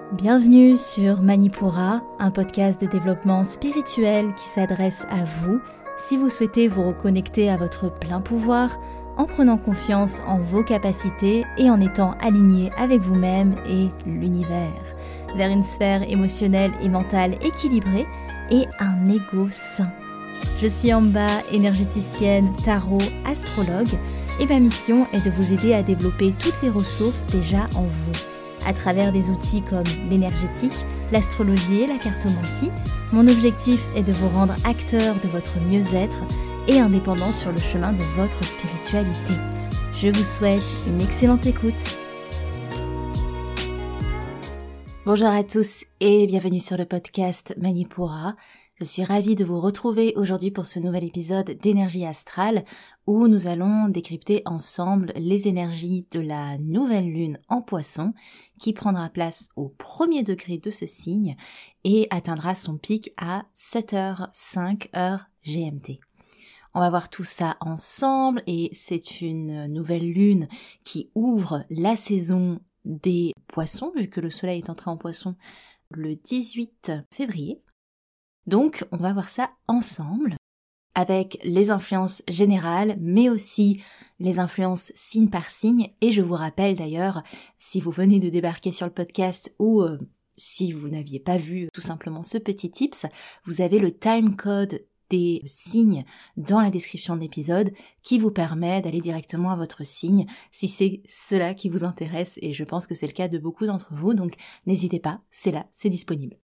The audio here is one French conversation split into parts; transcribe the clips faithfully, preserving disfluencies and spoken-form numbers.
Bienvenue sur Manipura, un podcast de développement spirituel qui s'adresse à vous si vous souhaitez vous reconnecter à votre plein pouvoir en prenant confiance en vos capacités et en étant aligné avec vous-même et l'univers, vers une sphère émotionnelle et mentale équilibrée et un ego sain. Je suis Amba, énergéticienne, tarot, astrologue, et ma mission est de vous aider à développer toutes les ressources déjà en vous. À travers des outils comme l'énergétique, l'astrologie et la cartomancie, mon objectif est de vous rendre acteur de votre mieux-être et indépendant sur le chemin de votre spiritualité. Je vous souhaite une excellente écoute. Bonjour à tous et bienvenue sur le podcast Manipura. Je suis ravie de vous retrouver aujourd'hui pour ce nouvel épisode d'énergie astrale où nous allons décrypter ensemble les énergies de la nouvelle lune en Poisson qui prendra place au premier degré de ce signe et atteindra son pic à sept heures cinq heure G M T. On va voir tout ça ensemble et c'est une nouvelle lune qui ouvre la saison des Poissons vu que le soleil est entré en Poisson le dix-huit février. Donc, on va voir ça ensemble, avec les influences générales, mais aussi les influences signe par signe. Et je vous rappelle d'ailleurs, si vous venez de débarquer sur le podcast ou euh, si vous n'aviez pas vu tout simplement ce petit tips, vous avez le time code des signes dans la description de l'épisode qui vous permet d'aller directement à votre signe si c'est cela qui vous intéresse. Et je pense que c'est le cas de beaucoup d'entre vous, donc n'hésitez pas, c'est là, c'est disponible.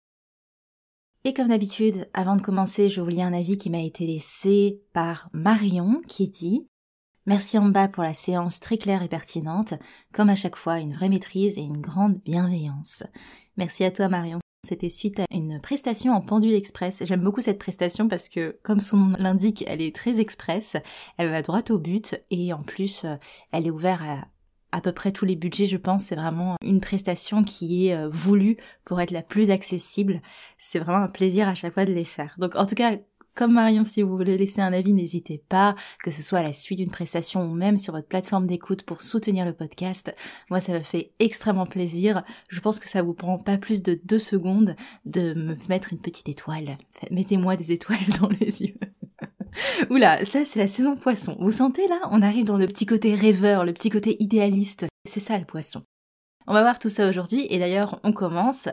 Et comme d'habitude, avant de commencer, je vous lis un avis qui m'a été laissé par Marion qui dit « Merci Amba pour la séance très claire et pertinente, comme à chaque fois une vraie maîtrise et une grande bienveillance. » Merci à toi Marion. C'était suite à une prestation en pendule express. J'aime beaucoup cette prestation parce que, comme son nom l'indique, elle est très express, elle va droit au but et en plus, elle est ouverte à à peu près tous les budgets, je pense. C'est vraiment une prestation qui est euh, voulue pour être la plus accessible. C'est vraiment un plaisir à chaque fois de les faire. Donc en tout cas, comme Marion, si vous voulez laisser un avis, n'hésitez pas, que ce soit à la suite d'une prestation ou même sur votre plateforme d'écoute pour soutenir le podcast. Moi, ça me fait extrêmement plaisir. Je pense que ça vous prend pas plus de deux secondes de me mettre une petite étoile. Mettez-moi des étoiles dans les yeux. Oula, ça c'est la saison Poisson. Vous sentez là? On arrive dans le petit côté rêveur, le petit côté idéaliste. C'est ça le Poisson. On va voir tout ça aujourd'hui et d'ailleurs on commence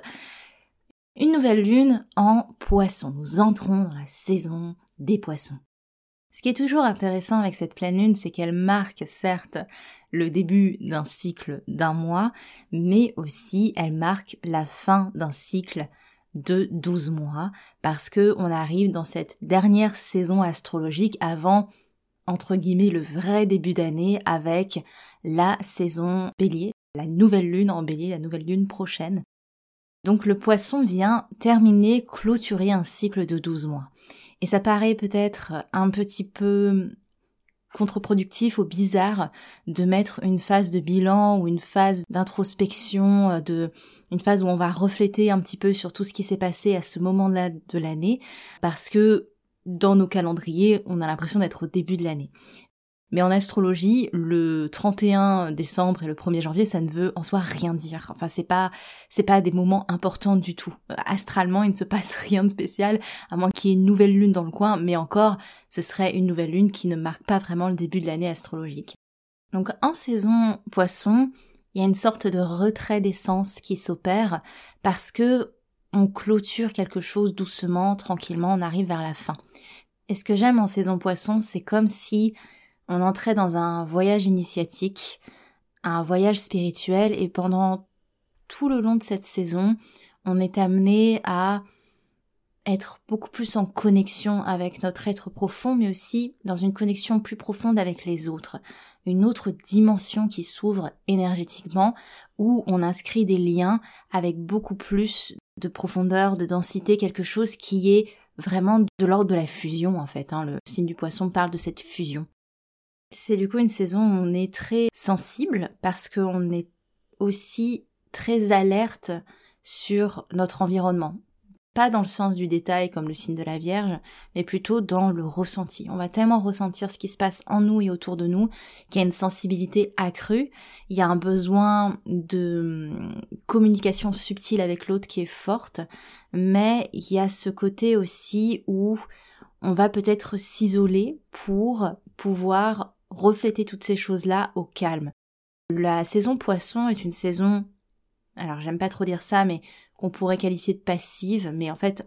une nouvelle lune en Poisson. Nous entrons dans la saison des Poissons. Ce qui est toujours intéressant avec cette pleine lune, c'est qu'elle marque certes le début d'un cycle d'un mois, mais aussi elle marque la fin d'un cycle de douze mois, parce que on arrive dans cette dernière saison astrologique avant, entre guillemets, le vrai début d'année avec la saison Bélier, la nouvelle lune en Bélier, la nouvelle lune prochaine. Donc le Poisson vient terminer, clôturer un cycle de douze mois. Et ça paraît peut-être un petit peu contre-productif ou bizarre de mettre une phase de bilan ou une phase d'introspection, de une phase où on va refléter un petit peu sur tout ce qui s'est passé à ce moment-là de l'année, parce que dans nos calendriers, on a l'impression d'être au début de l'année. Mais en astrologie, le trente et un décembre et le premier janvier, ça ne veut en soi rien dire. Enfin, c'est pas, c'est pas des moments importants du tout. Astralement, il ne se passe rien de spécial, à moins qu'il y ait une nouvelle lune dans le coin, mais encore, ce serait une nouvelle lune qui ne marque pas vraiment le début de l'année astrologique. Donc, en saison Poisson, il y a une sorte de retrait d'essence qui s'opère, parce que on clôture quelque chose doucement, tranquillement, on arrive vers la fin. Et ce que j'aime en saison Poisson, c'est comme si on entrait dans un voyage initiatique, un voyage spirituel, et pendant tout le long de cette saison, on est amené à être beaucoup plus en connexion avec notre être profond, mais aussi dans une connexion plus profonde avec les autres. Une autre dimension qui s'ouvre énergétiquement, où on inscrit des liens avec beaucoup plus de profondeur, de densité, quelque chose qui est vraiment de l'ordre de la fusion en fait. Hein. Le signe du Poisson parle de cette fusion. C'est du coup une saison où on est très sensible parce qu'on est aussi très alerte sur notre environnement. pas dans le sens du détail comme le signe de la Vierge, mais plutôt dans le ressenti. On va tellement ressentir ce qui se passe en nous et autour de nous qu'il y a une sensibilité accrue, il y a un besoin de communication subtile avec l'autre qui est forte, mais il y a ce côté aussi où on va peut-être s'isoler pour pouvoir refléter toutes ces choses-là au calme. La saison Poisson est une saison, alors j'aime pas trop dire ça, mais qu'on pourrait qualifier de passive, mais en fait,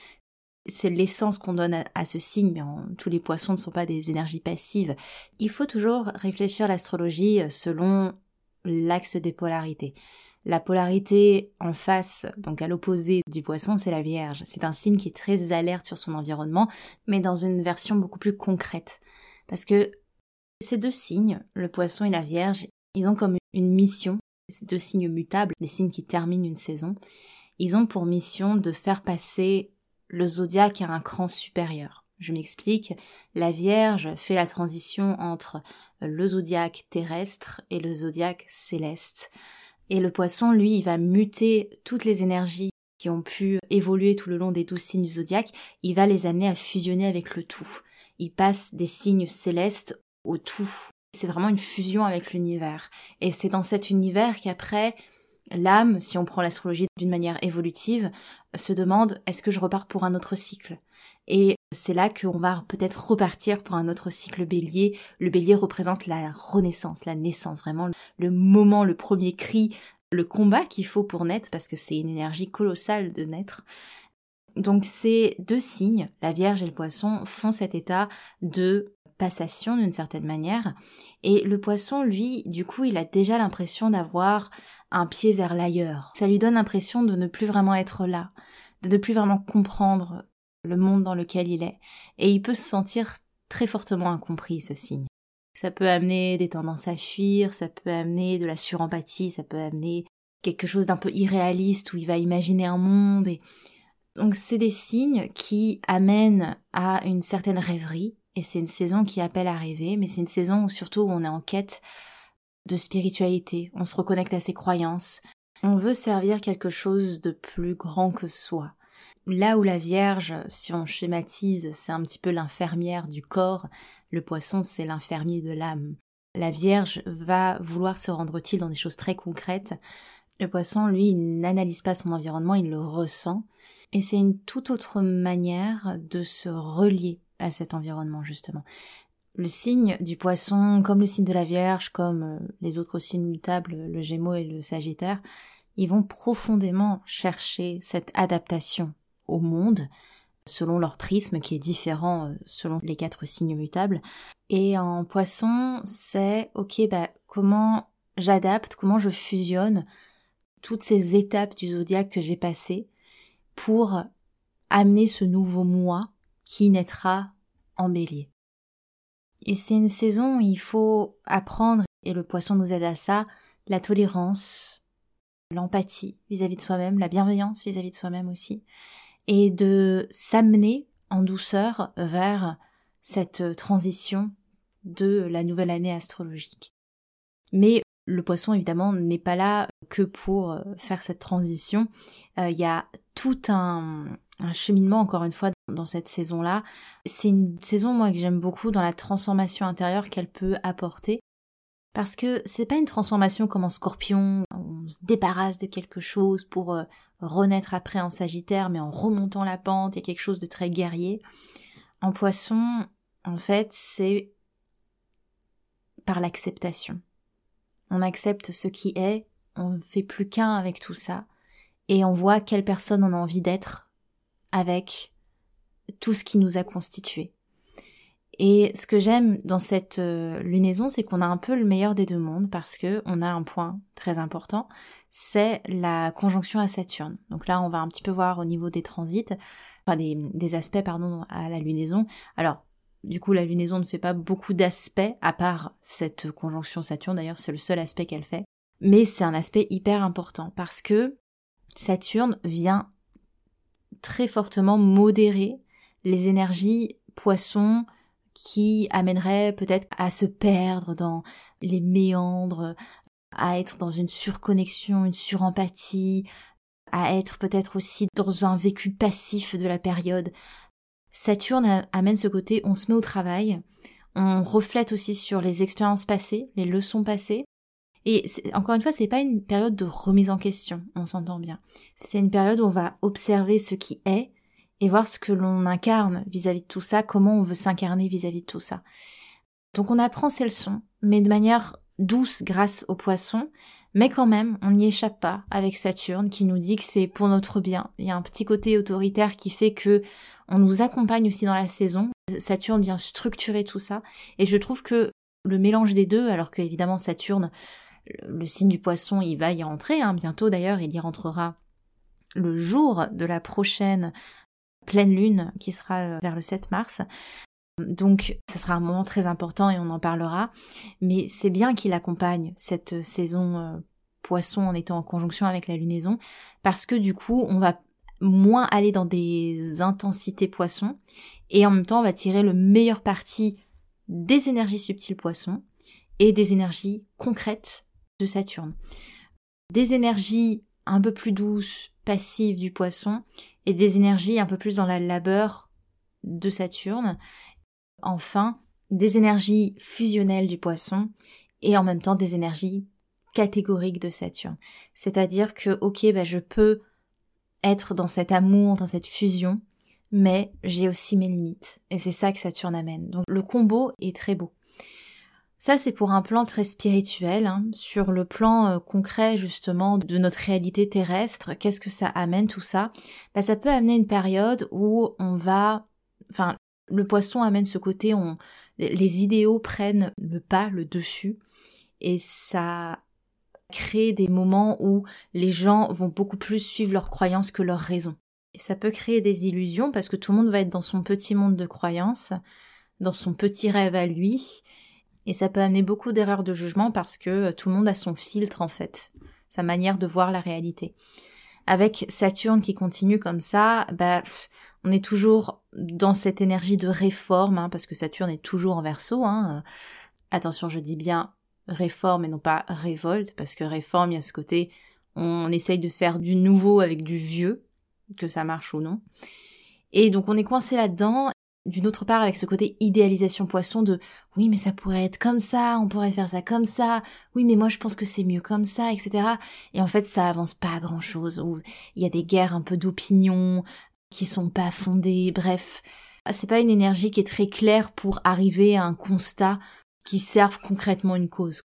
c'est l'essence qu'on donne à, à ce signe, mais en, tous les poissons ne sont pas des énergies passives. Il faut toujours réfléchir à l'astrologie selon l'axe des polarités. La polarité en face, donc à l'opposé du poisson, c'est la Vierge. C'est un signe qui est très alerte sur son environnement, mais dans une version beaucoup plus concrète. Parce que ces deux signes, le poisson et la Vierge, ils ont comme une mission, ces deux signes mutables, des signes qui terminent une saison, ils ont pour mission de faire passer le zodiaque à un cran supérieur. Je m'explique, la Vierge fait la transition entre le zodiaque terrestre et le zodiaque céleste. Et le poisson, lui, il va muter toutes les énergies qui ont pu évoluer tout le long des douze signes du zodiaque, il va les amener à fusionner avec le tout. Il passe des signes célestes au tout. C'est vraiment une fusion avec l'univers. Et c'est dans cet univers qu'après, l'âme, si on prend l'astrologie d'une manière évolutive, se demande est-ce que je repars pour un autre cycle ? Et c'est là qu'on va peut-être repartir pour un autre cycle bélier. Le bélier représente la renaissance, la naissance, vraiment le moment, le premier cri, le combat qu'il faut pour naître, parce que c'est une énergie colossale de naître. Donc ces deux signes, la Vierge et le Poisson, font cet état de passation d'une certaine manière. Et le Poisson, lui, du coup, il a déjà l'impression d'avoir un pied vers l'ailleurs. Ça lui donne l'impression de ne plus vraiment être là, de ne plus vraiment comprendre le monde dans lequel il est. Et il peut se sentir très fortement incompris, ce signe. Ça peut amener des tendances à fuir, ça peut amener de la surempathie, ça peut amener quelque chose d'un peu irréaliste où il va imaginer un monde. Et donc c'est des signes qui amènent à une certaine rêverie, et c'est une saison qui appelle à rêver, mais c'est une saison où surtout où on est en quête de spiritualité, on se reconnecte à ses croyances, on veut servir quelque chose de plus grand que soi. Là où la Vierge, si on schématise, c'est un petit peu l'infirmière du corps, le Poisson c'est l'infirmier de l'âme. La Vierge va vouloir se rendre utile dans des choses très concrètes. Le Poisson, lui, il n'analyse pas son environnement, il le ressent. Et c'est une toute autre manière de se relier à cet environnement, justement. Le signe du Poisson, comme le signe de la Vierge, comme les autres signes mutables, le Gémeaux et le Sagittaire, ils vont profondément chercher cette adaptation au monde, selon leur prisme qui est différent selon les quatre signes mutables. Et en Poisson, c'est, ok, bah, comment j'adapte, comment je fusionne toutes ces étapes du zodiaque que j'ai passées pour amener ce nouveau moi qui naîtra en Bélier. Et c'est une saison où il faut apprendre, et le Poisson nous aide à ça, la tolérance, l'empathie vis-à-vis de soi-même, la bienveillance vis-à-vis de soi-même aussi, et de s'amener en douceur vers cette transition de la nouvelle année astrologique. Mais le Poisson, évidemment, n'est pas là que pour faire cette transition. Il euh, y a tout un, un cheminement, encore une fois, dans cette saison-là. C'est une saison, moi, que j'aime beaucoup dans la transformation intérieure qu'elle peut apporter. Parce que c'est pas une transformation comme en Scorpion, on se débarrasse de quelque chose pour euh, renaître après en Sagittaire, mais en remontant la pente, il y a quelque chose de très guerrier. En Poisson, en fait, c'est par l'acceptation. On accepte ce qui est, on ne fait plus qu'un avec tout ça, et on voit quelle personne on a envie d'être avec tout ce qui nous a constitués. Et ce que j'aime dans cette euh, lunaison, c'est qu'on a un peu le meilleur des deux mondes, parce que on a un point très important, c'est la conjonction à Saturne. Donc là, on va un petit peu voir au niveau des transits, enfin des, des aspects, pardon, à la lunaison. Alors, du coup, la lunaison ne fait pas beaucoup d'aspects, à part cette conjonction Saturne, d'ailleurs c'est le seul aspect qu'elle fait, mais c'est un aspect hyper important, parce que Saturne vient très fortement modérer les énergies Poissons qui amèneraient peut-être à se perdre dans les méandres, à être dans une surconnexion, une surempathie, à être peut-être aussi dans un vécu passif de la période. Saturne a- amène ce côté, on se met au travail, on reflète aussi sur les expériences passées, les leçons passées. Et c'est- encore une fois, c'est pas une période de remise en question, on s'entend bien. C'est une période où on va observer ce qui est et voir ce que l'on incarne vis-à-vis de tout ça, comment on veut s'incarner vis-à-vis de tout ça. Donc on apprend ces leçons, mais de manière douce grâce aux poissons, mais quand même, on n'y échappe pas avec Saturne qui nous dit que c'est pour notre bien. Il y a un petit côté autoritaire qui fait que on nous accompagne aussi dans la saison. Saturne vient structurer tout ça, et je trouve que le mélange des deux, alors que évidemment Saturne, le signe du poisson, il va y rentrer, hein, bientôt d'ailleurs, il y rentrera le jour de la prochaine pleine lune qui sera vers le sept mars. Donc ce sera un moment très important et on en parlera, mais c'est bien qu'il accompagne cette saison euh, poisson en étant en conjonction avec la lunaison, parce que du coup on va moins aller dans des intensités poissons, et en même temps on va tirer le meilleur parti des énergies subtiles poissons et des énergies concrètes de Saturne. Des énergies un peu plus douces, passives du poisson, et des énergies un peu plus dans la labeur de Saturne. Enfin, des énergies fusionnelles du poisson et en même temps des énergies catégoriques de Saturne. C'est-à-dire que, ok, bah, je peux être dans cet amour, dans cette fusion, mais j'ai aussi mes limites. Et c'est ça que Saturne amène. Donc le combo est très beau. Ça, c'est pour un plan très spirituel. Hein. Sur le plan euh, concret, justement, de notre réalité terrestre, qu'est-ce que ça amène, tout ça? Bah, ça peut amener une période où on va... Enfin, le poisson amène ce côté, on, les idéaux prennent le pas, le dessus, et ça crée des moments où les gens vont beaucoup plus suivre leurs croyances que leurs raisons. Et ça peut créer des illusions parce que tout le monde va être dans son petit monde de croyances, dans son petit rêve à lui, et ça peut amener beaucoup d'erreurs de jugement parce que tout le monde a son filtre en fait, sa manière de voir la réalité. Avec Saturne qui continue comme ça, bah, on est toujours dans cette énergie de réforme, hein, parce que Saturne est toujours en Verseau. Hein. Attention, je dis bien réforme et non pas révolte, parce que réforme, il y a ce côté, on essaye de faire du nouveau avec du vieux, que ça marche ou non. Et donc on est coincé là-dedans. D'une autre part, avec ce côté idéalisation poisson de « oui, mais ça pourrait être comme ça, on pourrait faire ça comme ça, oui, mais moi je pense que c'est mieux comme ça, et cetera » Et en fait, ça avance pas à grand-chose. Il y a des guerres un peu d'opinion qui sont pas fondées, bref. C'est pas une énergie qui est très claire pour arriver à un constat qui serve concrètement une cause.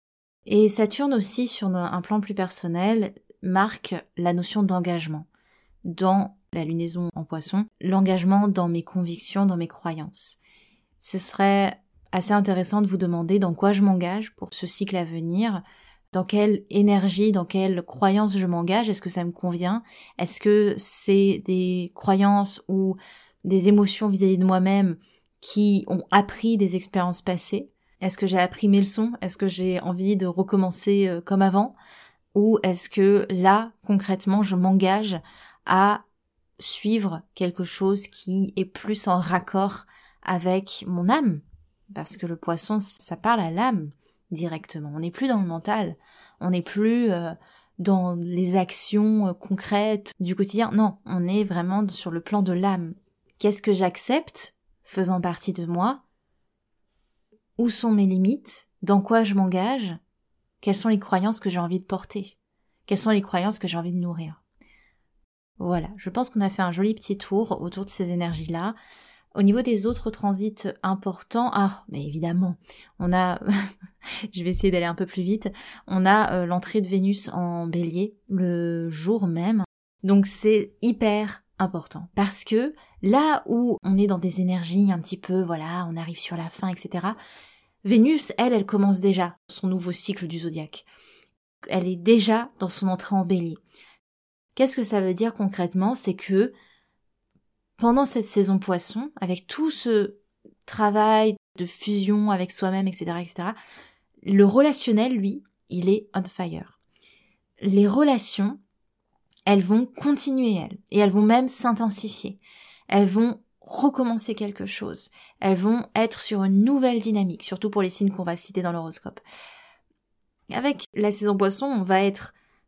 Et Saturne aussi, sur un plan plus personnel, marque la notion d'engagement dans la lunaison en poisson, l'engagement dans mes convictions, dans mes croyances. Ce serait assez intéressant de vous demander dans quoi je m'engage pour ce cycle à venir, dans quelle énergie, dans quelle croyance je m'engage, est-ce que ça me convient, est-ce que c'est des croyances ou des émotions vis-à-vis de moi-même qui ont appris des expériences passées, est-ce que j'ai appris mes leçons, est-ce que j'ai envie de recommencer comme avant, ou est-ce que là, concrètement, je m'engage à suivre quelque chose qui est plus en raccord avec mon âme, parce que le poisson, ça parle à l'âme directement. On n'est plus dans le mental, on n'est plus euh, dans les actions euh, concrètes du quotidien. Non, on est vraiment sur le plan de l'âme. Qu'est-ce que j'accepte faisant partie de moi? Où sont mes limites? Dans quoi je m'engage? Quelles sont les croyances que j'ai envie de porter? Quelles sont les croyances que j'ai envie de nourrir? Voilà, je pense qu'on a fait un joli petit tour autour de ces énergies-là. Au niveau des autres transits importants, ah, mais évidemment, on a, je vais essayer d'aller un peu plus vite, on a euh, l'entrée de Vénus en Bélier le jour même. Donc c'est hyper important parce que là où on est dans des énergies un petit peu, voilà, on arrive sur la fin, et cetera. Vénus, elle, elle commence déjà son nouveau cycle du zodiaque. Elle est déjà dans son entrée en Bélier. Qu'est-ce que ça veut dire concrètement? C'est que pendant cette saison poisson, avec tout ce travail de fusion avec soi-même, et cetera, et cetera, le relationnel, lui, il est on fire. Les relations, elles vont continuer, elles, et elles vont même s'intensifier. Elles vont recommencer quelque chose. Elles vont être sur une nouvelle dynamique, surtout pour les signes qu'on va citer dans l'horoscope. Avec la saison poisson, on va être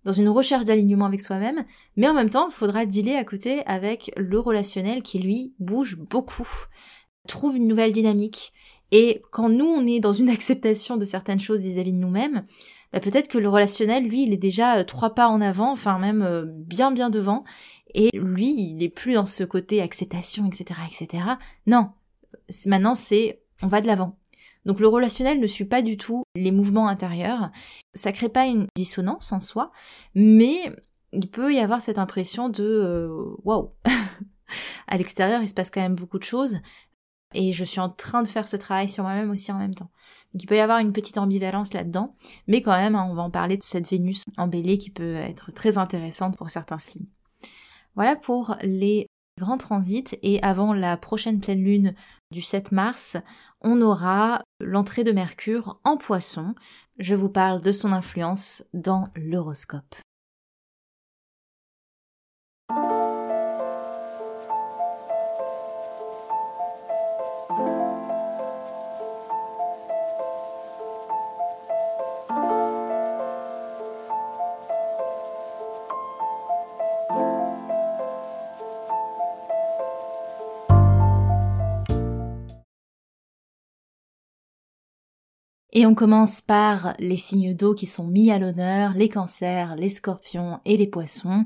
dans une recherche d'alignement avec soi-même, mais en même temps, il faudra dealer à côté avec le relationnel qui, lui, bouge beaucoup, trouve une nouvelle dynamique. Et quand nous, on est dans une acceptation de certaines choses vis-à-vis de nous-mêmes, bah peut-être que le relationnel, lui, il est déjà trois pas en avant, enfin même euh, bien bien devant, et lui, il est plus dans ce côté acceptation, et cetera, et cetera. Non, maintenant, c'est on va de l'avant. Donc le relationnel ne suit pas du tout les mouvements intérieurs. Ça crée pas une dissonance en soi, mais il peut y avoir cette impression de euh, waouh. À l'extérieur, il se passe quand même beaucoup de choses et je suis en train de faire ce travail sur moi-même aussi en même temps. Donc il peut y avoir une petite ambivalence là-dedans, mais quand même, hein, on va en parler de cette Vénus en Bélier qui peut être très intéressante pour certains signes. Voilà pour les grands transits, et avant la prochaine pleine lune du sept mars, on aura l'entrée de Mercure en Poisson. Je vous parle de son influence dans l'horoscope. Et on commence par les signes d'eau qui sont mis à l'honneur, les cancers, les scorpions et les poissons.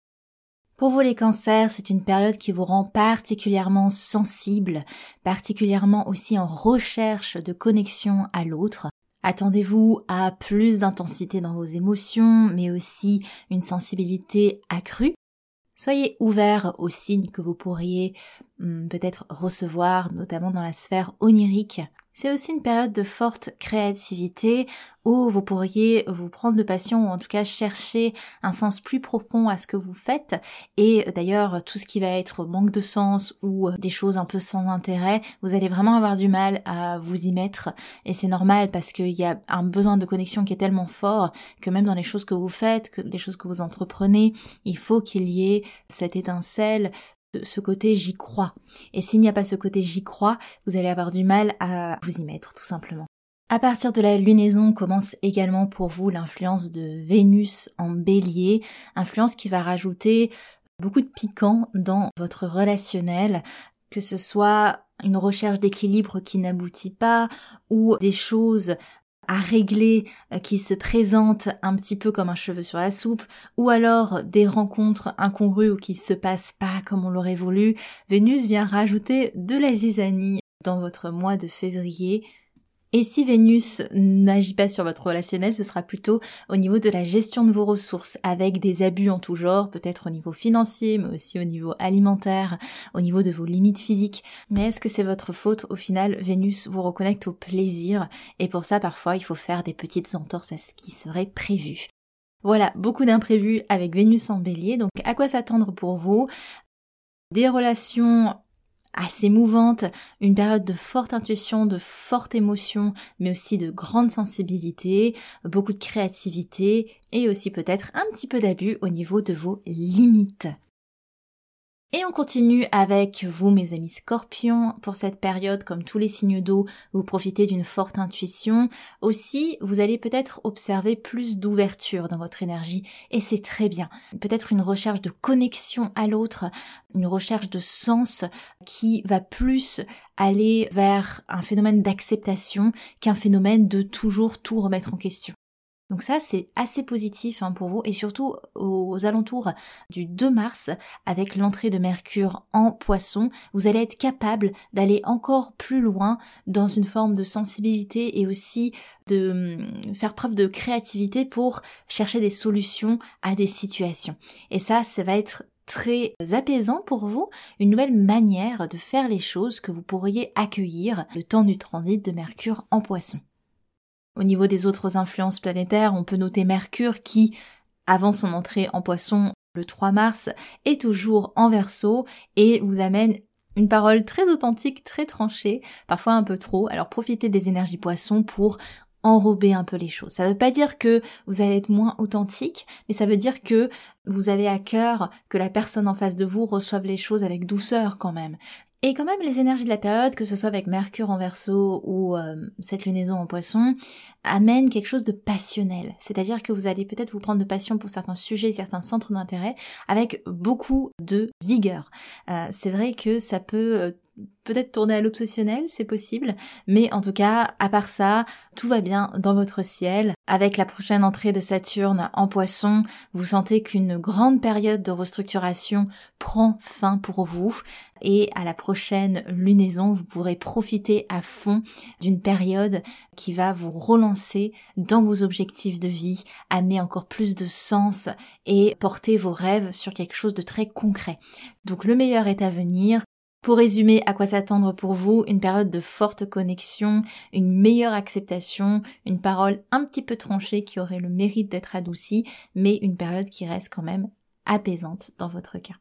Pour vous les cancers, c'est une période qui vous rend particulièrement sensible, particulièrement aussi en recherche de connexion à l'autre. Attendez-vous à plus d'intensité dans vos émotions, mais aussi une sensibilité accrue. Soyez ouverts aux signes que vous pourriez hum, peut-être recevoir, notamment dans la sphère onirique. C'est aussi une période de forte créativité où vous pourriez vous prendre de passion ou en tout cas chercher un sens plus profond à ce que vous faites. Et d'ailleurs, tout ce qui va être manque de sens ou des choses un peu sans intérêt, vous allez vraiment avoir du mal à vous y mettre. Et c'est normal parce qu'il y a un besoin de connexion qui est tellement fort que même dans les choses que vous faites, que les choses que vous entreprenez, il faut qu'il y ait cette étincelle, ce côté j'y crois. Et s'il n'y a pas ce côté j'y crois, vous allez avoir du mal à vous y mettre tout simplement. À partir de la lunaison commence également pour vous l'influence de Vénus en Bélier, influence qui va rajouter beaucoup de piquant dans votre relationnel, que ce soit une recherche d'équilibre qui n'aboutit pas ou des choses à régler qui se présentent un petit peu comme un cheveu sur la soupe, ou alors des rencontres incongrues ou qui se passent pas comme on l'aurait voulu. Vénus vient rajouter de la zizanie dans votre mois de février. Et si Vénus n'agit pas sur votre relationnel, ce sera plutôt au niveau de la gestion de vos ressources, avec des abus en tout genre, peut-être au niveau financier, mais aussi au niveau alimentaire, au niveau de vos limites physiques. Mais est-ce que c'est votre faute? Au final, Vénus vous reconnecte au plaisir, et pour ça, parfois, il faut faire des petites entorses à ce qui serait prévu. Voilà, beaucoup d'imprévus avec Vénus en Bélier, donc à quoi s'attendre pour vous? Des relations assez mouvante, une période de forte intuition, de forte émotion, mais aussi de grande sensibilité, beaucoup de créativité et aussi peut-être un petit peu d'abus au niveau de vos limites. Et on continue avec vous, mes amis scorpions. Pour cette période, comme tous les signes d'eau, vous profitez d'une forte intuition. Aussi, vous allez peut-être observer plus d'ouverture dans votre énergie, et c'est très bien. Peut-être une recherche de connexion à l'autre, une recherche de sens qui va plus aller vers un phénomène d'acceptation qu'un phénomène de toujours tout remettre en question. Donc ça, c'est assez positif hein, pour vous, et surtout aux alentours du deux mars, avec l'entrée de Mercure en Poisson, vous allez être capable d'aller encore plus loin dans une forme de sensibilité et aussi de faire preuve de créativité pour chercher des solutions à des situations. Et ça, ça va être très apaisant pour vous, une nouvelle manière de faire les choses que vous pourriez accueillir le temps du transit de Mercure en Poisson. Au niveau des autres influences planétaires, on peut noter Mercure qui, avant son entrée en Poisson le trois mars, est toujours en Verseau et vous amène une parole très authentique, très tranchée, parfois un peu trop. Alors profitez des énergies Poissons pour enrober un peu les choses. Ça ne veut pas dire que vous allez être moins authentique, mais ça veut dire que vous avez à cœur que la personne en face de vous reçoive les choses avec douceur quand même. Et quand même, les énergies de la période, que ce soit avec Mercure en Verseau ou euh, cette lunaison en Poisson, amènent quelque chose de passionnel. C'est-à-dire que vous allez peut-être vous prendre de passion pour certains sujets, certains centres d'intérêt, avec beaucoup de vigueur. Euh, c'est vrai que ça peut euh, peut-être tourner à l'obsessionnel, c'est possible, mais en tout cas, à part ça, tout va bien dans votre ciel. Avec la prochaine entrée de Saturne en Poisson, vous sentez qu'une grande période de restructuration prend fin pour vous, et à la prochaine lunaison, vous pourrez profiter à fond d'une période qui va vous relancer dans vos objectifs de vie, amener encore plus de sens et porter vos rêves sur quelque chose de très concret. Donc le meilleur est à venir. Pour résumer, à quoi s'attendre pour vous, une période de forte connexion, une meilleure acceptation, une parole un petit peu tranchée qui aurait le mérite d'être adoucie, mais une période qui reste quand même apaisante dans votre cas.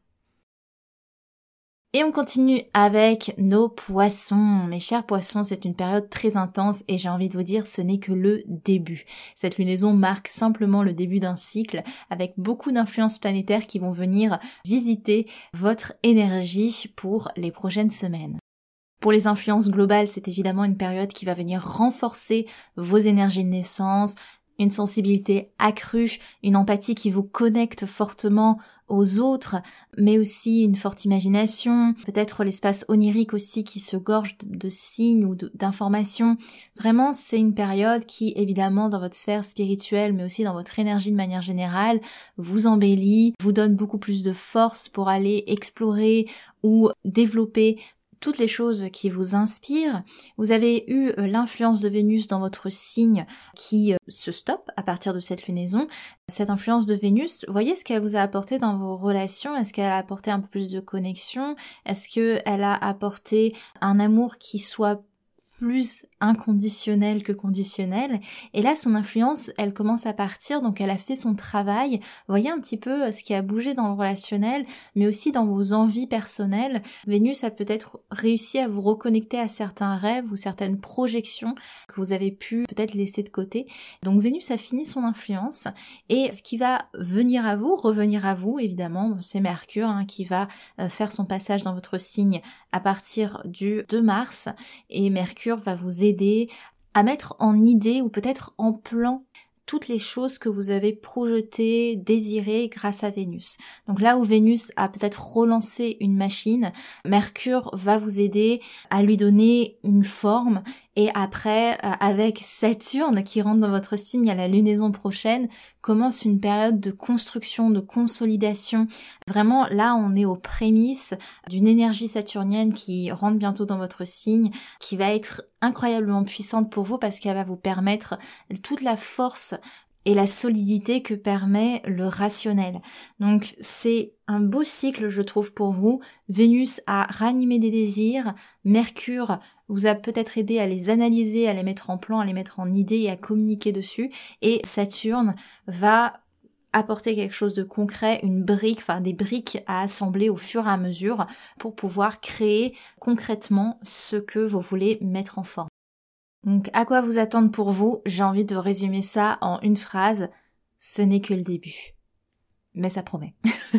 Et on continue avec nos poissons. Mes chers poissons, c'est une période très intense et j'ai envie de vous dire, ce n'est que le début. Cette lunaison marque simplement le début d'un cycle avec beaucoup d'influences planétaires qui vont venir visiter votre énergie pour les prochaines semaines. Pour les influences globales, c'est évidemment une période qui va venir renforcer vos énergies de naissance, une sensibilité accrue, une empathie qui vous connecte fortement aux autres, mais aussi une forte imagination, peut-être l'espace onirique aussi qui se gorge de, de signes ou de, d'informations. Vraiment, c'est une période qui, évidemment, dans votre sphère spirituelle, mais aussi dans votre énergie de manière générale, vous embellit, vous donne beaucoup plus de force pour aller explorer ou développer toutes les choses qui vous inspirent. Vous avez eu l'influence de Vénus dans votre signe qui se stoppe à partir de cette lunaison. Cette influence de Vénus, voyez ce qu'elle vous a apporté dans vos relations. Est-ce qu'elle a apporté un peu plus de connexion? Est-ce qu'elle a apporté un amour qui soit plus inconditionnel que conditionnel, et là son influence elle commence à partir, donc elle a fait son travail. Voyez un petit peu ce qui a bougé dans le relationnel, mais aussi dans vos envies personnelles. Vénus a peut-être réussi à vous reconnecter à certains rêves ou certaines projections que vous avez pu peut-être laisser de côté. Donc Vénus a fini son influence, et ce qui va venir à vous, revenir à vous évidemment, c'est Mercure hein, qui va faire son passage dans votre signe à partir du deux mars, et Mercure va vous aider à mettre en idée ou peut-être en plan toutes les choses que vous avez projetées, désirées grâce à Vénus. Donc là où Vénus a peut-être relancé une machine, Mercure va vous aider à lui donner une forme, et après, avec Saturne qui rentre dans votre signe à la lunaison prochaine, commence une période de construction, de consolidation. Vraiment, là, on est aux prémices d'une énergie saturnienne qui rentre bientôt dans votre signe, qui va être incroyablement puissante pour vous parce qu'elle va vous permettre toute la force et la solidité que permet le rationnel. Donc c'est un beau cycle je trouve pour vous. Vénus a ranimé des désirs, Mercure vous a peut-être aidé à les analyser, à les mettre en plan, à les mettre en idée et à communiquer dessus, et Saturne va apporter quelque chose de concret, une brique, enfin des briques à assembler au fur et à mesure pour pouvoir créer concrètement ce que vous voulez mettre en forme. Donc, à quoi vous attendre pour vous? J'ai envie de résumer ça en une phrase. Ce n'est que le début. Mais ça promet.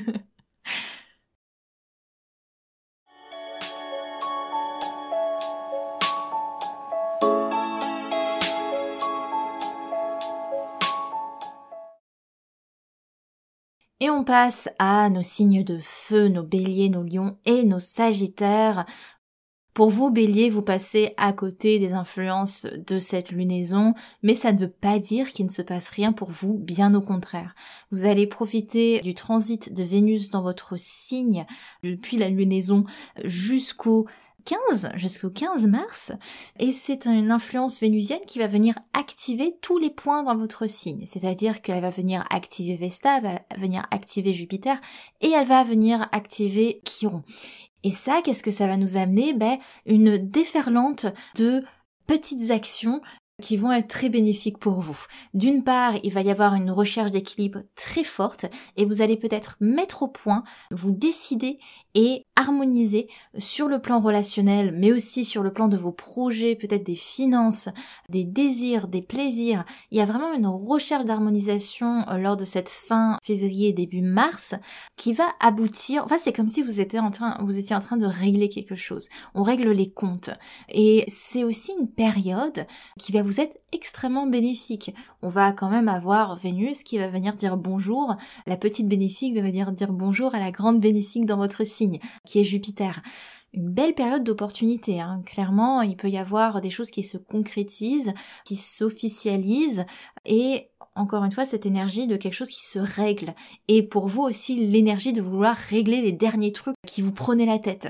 Et on passe à nos signes de feu, nos béliers, nos lions et nos sagittaires. Pour vous, Bélier, vous passez à côté des influences de cette lunaison, mais ça ne veut pas dire qu'il ne se passe rien pour vous, bien au contraire. Vous allez profiter du transit de Vénus dans votre signe depuis la lunaison jusqu'au quinze, jusqu'au quinze mars, et c'est une influence vénusienne qui va venir activer tous les points dans votre signe, c'est-à-dire qu'elle va venir activer Vesta, elle va venir activer Jupiter, et elle va venir activer Chiron. Et ça, qu'est-ce que ça va nous amener? Ben, une déferlante de petites actions qui vont être très bénéfiques pour vous. D'une part, il va y avoir une recherche d'équilibre très forte et vous allez peut-être mettre au point, vous décider et harmoniser sur le plan relationnel, mais aussi sur le plan de vos projets, peut-être des finances, des désirs, des plaisirs. Il y a vraiment une recherche d'harmonisation lors de cette fin février, début mars, qui va aboutir, enfin c'est comme si vous étiez en train, vous étiez en train de régler quelque chose. On règle les comptes. Et c'est aussi une période qui va vous être extrêmement bénéfique. On va quand même avoir Vénus qui va venir dire bonjour, la petite bénéfique va venir dire bonjour à la grande bénéfique dans votre signe, qui est Jupiter. Une belle période d'opportunité, hein. Clairement, il peut y avoir des choses qui se concrétisent, qui s'officialisent, et encore une fois, cette énergie de quelque chose qui se règle. Et pour vous aussi, l'énergie de vouloir régler les derniers trucs qui vous prenaient la tête.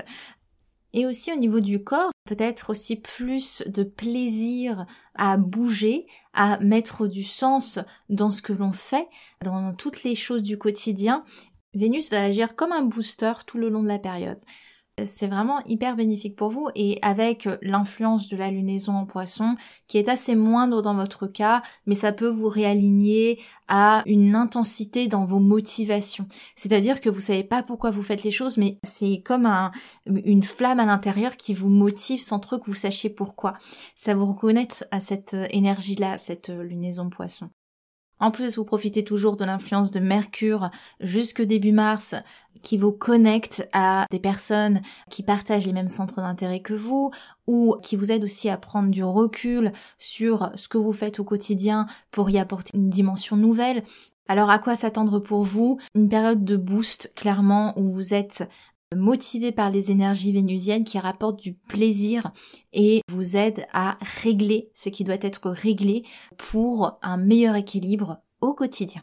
Et aussi au niveau du corps, peut-être aussi plus de plaisir à bouger, à mettre du sens dans ce que l'on fait, dans toutes les choses du quotidien. Vénus va agir comme un booster tout le long de la période. C'est vraiment hyper bénéfique pour vous, et avec l'influence de la lunaison en Poisson qui est assez moindre dans votre cas, mais ça peut vous réaligner à une intensité dans vos motivations. C'est-à-dire que vous savez pas pourquoi vous faites les choses, mais c'est comme un, une flamme à l'intérieur qui vous motive sans trop que vous sachiez pourquoi. Ça vous reconnaît à cette énergie-là, cette lunaison Poisson. En plus, vous profitez toujours de l'influence de Mercure jusque début mars, qui vous connecte à des personnes qui partagent les mêmes centres d'intérêt que vous, ou qui vous aident aussi à prendre du recul sur ce que vous faites au quotidien pour y apporter une dimension nouvelle. Alors à quoi s'attendre pour vous? Une période de boost, clairement, où vous êtes motivé par les énergies vénusiennes qui rapportent du plaisir et vous aident à régler ce qui doit être réglé pour un meilleur équilibre au quotidien.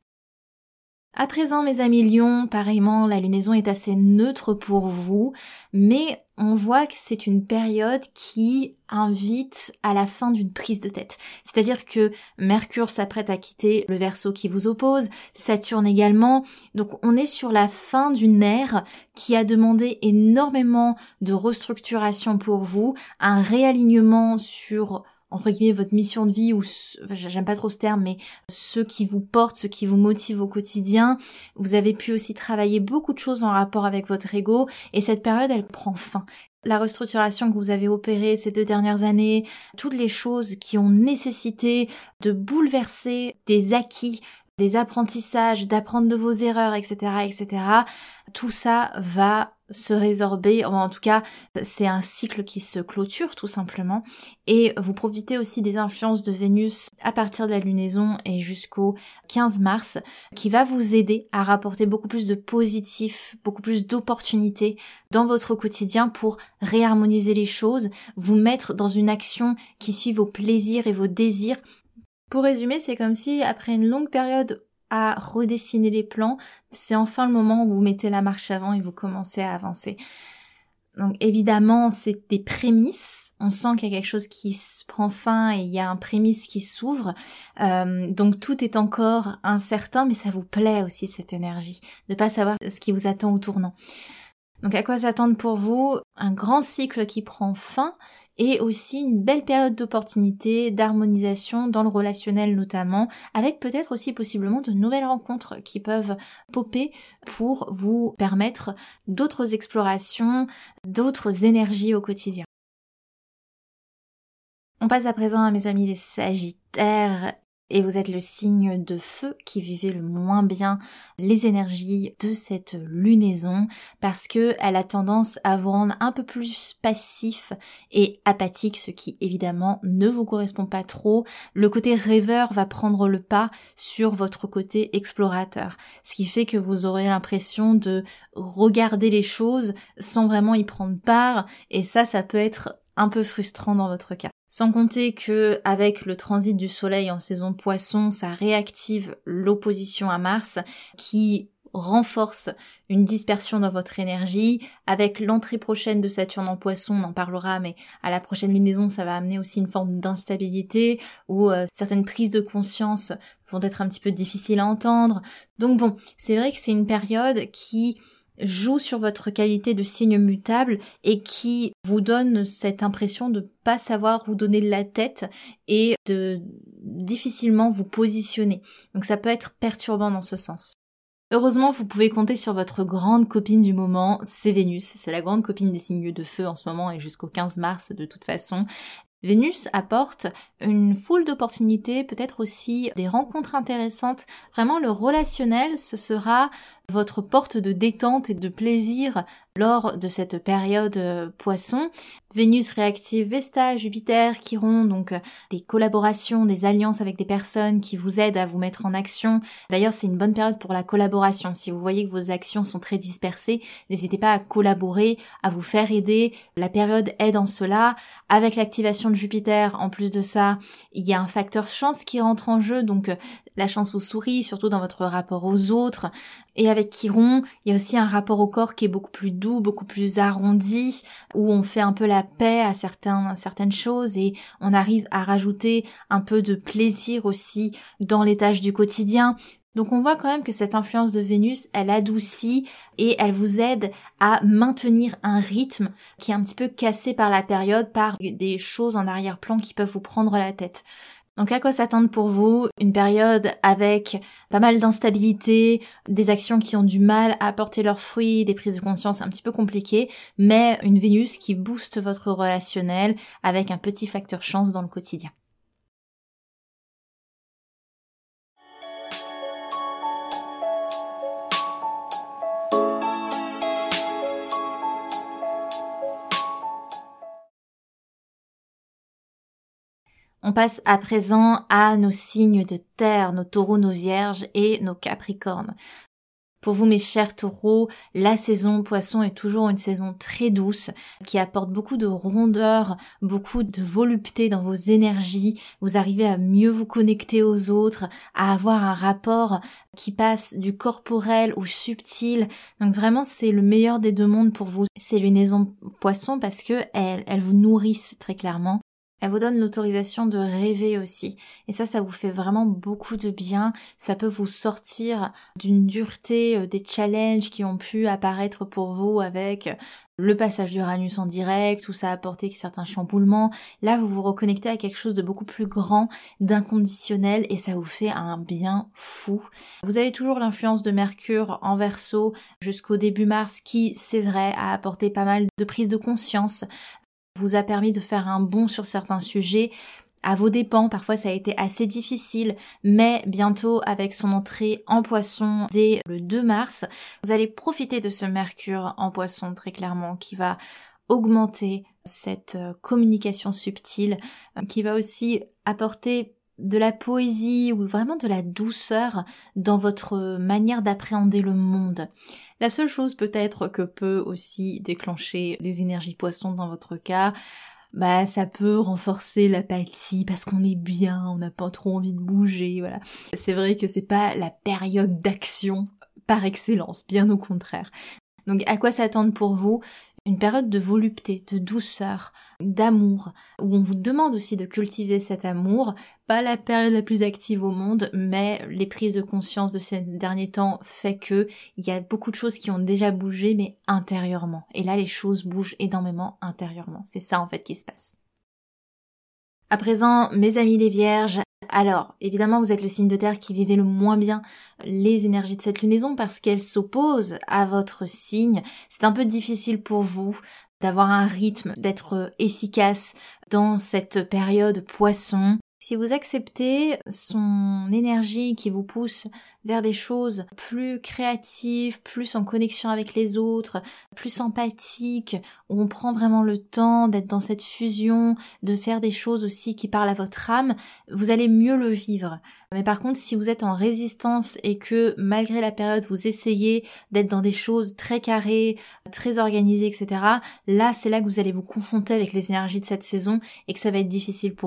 À présent, mes amis Lions, pareillement, la lunaison est assez neutre pour vous, mais on voit que c'est une période qui invite à la fin d'une prise de tête. C'est-à-dire que Mercure s'apprête à quitter le Verseau qui vous oppose, Saturne également, donc on est sur la fin d'une ère qui a demandé énormément de restructuration pour vous, un réalignement sur entre guillemets votre mission de vie, ou j'aime pas trop ce terme, mais ce qui vous porte, ce qui vous motive au quotidien. Vous avez pu aussi travailler beaucoup de choses en rapport avec votre ego, et cette période elle prend fin. La restructuration que vous avez opérée ces deux dernières années, toutes les choses qui ont nécessité de bouleverser des acquis, des apprentissages, d'apprendre de vos erreurs, et cetera, et cetera. Tout ça va se résorber, en tout cas, c'est un cycle qui se clôture tout simplement. Et vous profitez aussi des influences de Vénus à partir de la lunaison et jusqu'au quinze mars, qui va vous aider à rapporter beaucoup plus de positif, beaucoup plus d'opportunités dans votre quotidien pour réharmoniser les choses, vous mettre dans une action qui suit vos plaisirs et vos désirs. Pour résumer, c'est comme si après une longue période à redessiner les plans, c'est enfin le moment où vous mettez la marche avant et vous commencez à avancer. Donc évidemment, c'est des prémices. On sent qu'il y a quelque chose qui se prend fin et il y a un prémisse qui s'ouvre. Euh, donc tout est encore incertain, mais ça vous plaît aussi cette énergie, de pas savoir ce qui vous attend au tournant. Donc à quoi s'attendre pour vous? Un grand cycle qui prend fin, et aussi une belle période d'opportunité, d'harmonisation dans le relationnel notamment, avec peut-être aussi possiblement de nouvelles rencontres qui peuvent popper pour vous permettre d'autres explorations, d'autres énergies au quotidien. On passe à présent à mes amis les Sagittaires. Et vous êtes le signe de feu qui vivait le moins bien les énergies de cette lunaison, parce que elle a tendance à vous rendre un peu plus passif et apathique, ce qui évidemment ne vous correspond pas trop. Le côté rêveur va prendre le pas sur votre côté explorateur, ce qui fait que vous aurez l'impression de regarder les choses sans vraiment y prendre part, et ça, ça peut être un peu frustrant dans votre cas. Sans compter que avec le transit du soleil en saison Poisson, ça réactive l'opposition à Mars qui renforce une dispersion dans votre énergie. Avec l'entrée prochaine de Saturne en Poisson, on en parlera, mais à la prochaine lunaison, ça va amener aussi une forme d'instabilité où euh, certaines prises de conscience vont être un petit peu difficiles à entendre. Donc bon, c'est vrai que c'est une période qui joue sur votre qualité de signe mutable et qui vous donne cette impression de pas savoir où donner la tête et de difficilement vous positionner. Donc ça peut être perturbant dans ce sens. Heureusement, vous pouvez compter sur votre grande copine du moment, c'est Vénus. C'est la grande copine des signes de feu en ce moment et jusqu'au quinze mars de toute façon. Vénus apporte une foule d'opportunités, peut-être aussi des rencontres intéressantes. Vraiment, le relationnel, ce sera votre porte de détente et de plaisir lors de cette période euh, poisson. Vénus réactive Vesta, Jupiter, Chiron, donc euh, des collaborations, des alliances avec des personnes qui vous aident à vous mettre en action. D'ailleurs, c'est une bonne période pour la collaboration. Si vous voyez que vos actions sont très dispersées, n'hésitez pas à collaborer, à vous faire aider. La période aide en cela. Avec l'activation de Jupiter, en plus de ça, il y a un facteur chance qui rentre en jeu, donc euh, la chance vous sourit, surtout dans votre rapport aux autres. Et avec Chiron, il y a aussi un rapport au corps qui est beaucoup plus doux, beaucoup plus arrondi, où on fait un peu la paix à certains, certaines choses et on arrive à rajouter un peu de plaisir aussi dans les tâches du quotidien. Donc on voit quand même que cette influence de Vénus, elle adoucit et elle vous aide à maintenir un rythme qui est un petit peu cassé par la période, par des choses en arrière-plan qui peuvent vous prendre la tête. Donc à quoi s'attendre pour vous? Une période avec pas mal d'instabilité, des actions qui ont du mal à porter leurs fruits, des prises de conscience un petit peu compliquées, mais une Vénus qui booste votre relationnel avec un petit facteur chance dans le quotidien. On passe à présent à nos signes de terre, nos taureaux, nos vierges et nos capricornes. Pour vous mes chers taureaux, la saison poisson est toujours une saison très douce qui apporte beaucoup de rondeur, beaucoup de volupté dans vos énergies. Vous arrivez à mieux vous connecter aux autres, à avoir un rapport qui passe du corporel au subtil. Donc vraiment c'est le meilleur des deux mondes pour vous. C'est lunaison poisson parce que elles, elles vous nourrissent très clairement. Elle vous donne l'autorisation de rêver aussi. Et ça, ça vous fait vraiment beaucoup de bien. Ça peut vous sortir d'une dureté, des challenges qui ont pu apparaître pour vous avec le passage d'Uranus en direct, où ça a apporté certains chamboulements. Là, vous vous reconnectez à quelque chose de beaucoup plus grand, d'inconditionnel, et ça vous fait un bien fou. Vous avez toujours l'influence de Mercure en Verseau jusqu'au début mars, qui, c'est vrai, a apporté pas mal de prise de conscience, vous a permis de faire un bond sur certains sujets à vos dépens. Parfois ça a été assez difficile, mais bientôt avec son entrée en Poisson dès le deux mars, vous allez profiter de ce Mercure en Poisson très clairement qui va augmenter cette communication subtile, qui va aussi apporter de la poésie ou vraiment de la douceur dans votre manière d'appréhender le monde. La seule chose peut-être que peut aussi déclencher les énergies poissons dans votre cas, bah ça peut renforcer l'apathie parce qu'on est bien, on n'a pas trop envie de bouger, voilà. C'est vrai que c'est pas la période d'action par excellence, bien au contraire. Donc à quoi s'attendre pour vous? Une période de volupté, de douceur, d'amour, où on vous demande aussi de cultiver cet amour, pas la période la plus active au monde, mais les prises de conscience de ces derniers temps fait que il y a beaucoup de choses qui ont déjà bougé, mais intérieurement. Et là, les choses bougent énormément intérieurement. C'est ça en fait qui se passe. À présent, mes amis les vierges, alors, évidemment, vous êtes le signe de terre qui vivait le moins bien les énergies de cette lunaison parce qu'elle s'oppose à votre signe. C'est un peu difficile pour vous d'avoir un rythme, d'être efficace dans cette période poisson. Si vous acceptez son énergie qui vous pousse vers des choses plus créatives, plus en connexion avec les autres, plus empathiques, où on prend vraiment le temps d'être dans cette fusion, de faire des choses aussi qui parlent à votre âme, vous allez mieux le vivre. Mais par contre, si vous êtes en résistance et que malgré la période, vous essayez d'être dans des choses très carrées, très organisées, et cetera, là, c'est là que vous allez vous confronter avec les énergies de cette saison et que ça va être difficile pour vous.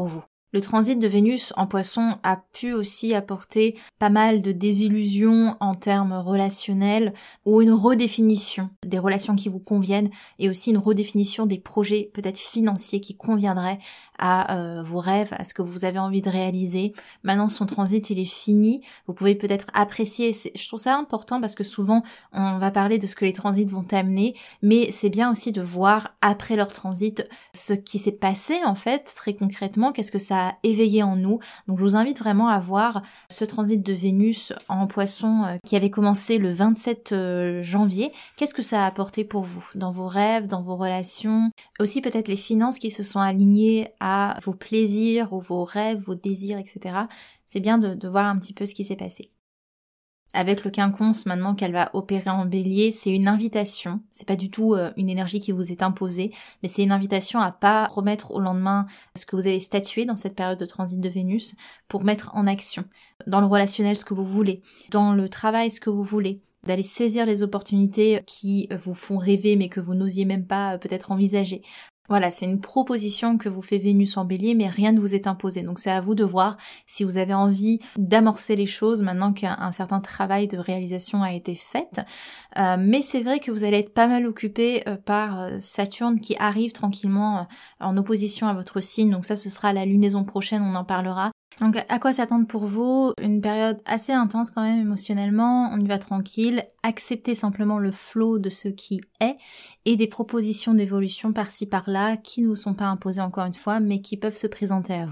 Le transit de Vénus en Poisson a pu aussi apporter pas mal de désillusions en termes relationnels ou une redéfinition des relations qui vous conviennent et aussi une redéfinition des projets peut-être financiers qui conviendraient à euh, vos rêves, à ce que vous avez envie de réaliser. Maintenant, son transit, il est fini. Vous pouvez peut-être apprécier. C'est, je trouve ça important parce que souvent, on va parler de ce que les transits vont amener, mais c'est bien aussi de voir après leur transit ce qui s'est passé en fait, très concrètement, qu'est-ce que ça a éveillé en nous. Donc je vous invite vraiment à voir ce transit de Vénus en Poisson euh, qui avait commencé le vingt-sept janvier. Qu'est-ce que ça a apporté pour vous dans vos rêves, dans vos relations, aussi peut-être les finances qui se sont alignées à vos plaisirs ou vos rêves, vos désirs, et cetera. C'est bien de, de voir un petit peu ce qui s'est passé. Avec le quinconce, maintenant qu'elle va opérer en Bélier, c'est une invitation. C'est pas du tout euh, une énergie qui vous est imposée, mais c'est une invitation à pas remettre au lendemain ce que vous avez statué dans cette période de transit de Vénus pour mettre en action. Dans le relationnel, ce que vous voulez. Dans le travail, ce que vous voulez. D'aller saisir les opportunités qui vous font rêver mais que vous n'osiez même pas euh, peut-être envisager. Voilà, c'est une proposition que vous fait Vénus en Bélier, mais rien ne vous est imposé. Donc c'est à vous de voir si vous avez envie d'amorcer les choses maintenant qu'un un certain travail de réalisation a été fait. Euh, mais c'est vrai que vous allez être pas mal occupé euh, par euh, Saturne qui arrive tranquillement euh, en opposition à votre signe. Donc ça, ce sera la lunaison prochaine, on en parlera. Donc à quoi s'attendre pour vous? Une période assez intense quand même émotionnellement, on y va tranquille, acceptez simplement le flow de ce qui est et des propositions d'évolution par-ci par-là qui ne vous sont pas imposées encore une fois mais qui peuvent se présenter à vous.